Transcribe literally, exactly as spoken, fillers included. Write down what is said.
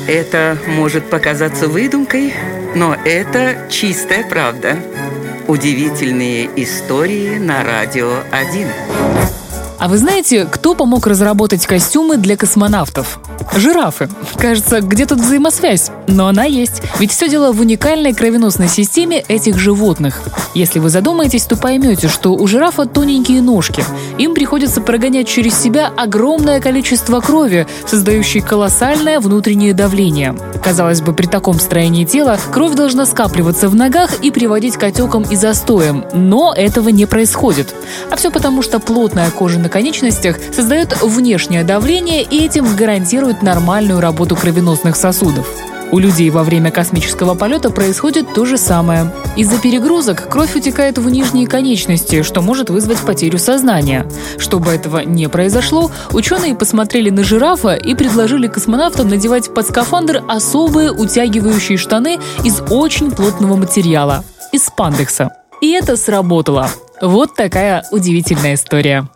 Это может показаться выдумкой, но это чистая правда. Удивительные истории на Радио один. А вы знаете, кто помог разработать костюмы для космонавтов? Жирафы. Кажется, где тут взаимосвязь? Но она есть. Ведь все дело в уникальной кровеносной системе этих животных. Если вы задумаетесь, то поймете, что у жирафа тоненькие ножки. Им приходится прогонять через себя огромное количество крови, создающей колоссальное внутреннее давление. Казалось бы, при таком строении тела кровь должна скапливаться в ногах и приводить к отекам и застоям. Но этого не происходит. А все потому, что плотная кожа на конечностях создает внешнее давление и этим гарантирует нормальную работу кровеносных сосудов. У людей во время космического полета происходит то же самое. Из-за перегрузок кровь утекает в нижние конечности, что может вызвать потерю сознания. Чтобы этого не произошло, ученые посмотрели на жирафа и предложили космонавтам надевать под скафандр особые утягивающие штаны из очень плотного материала – из спандекса. И это сработало. Вот такая удивительная история.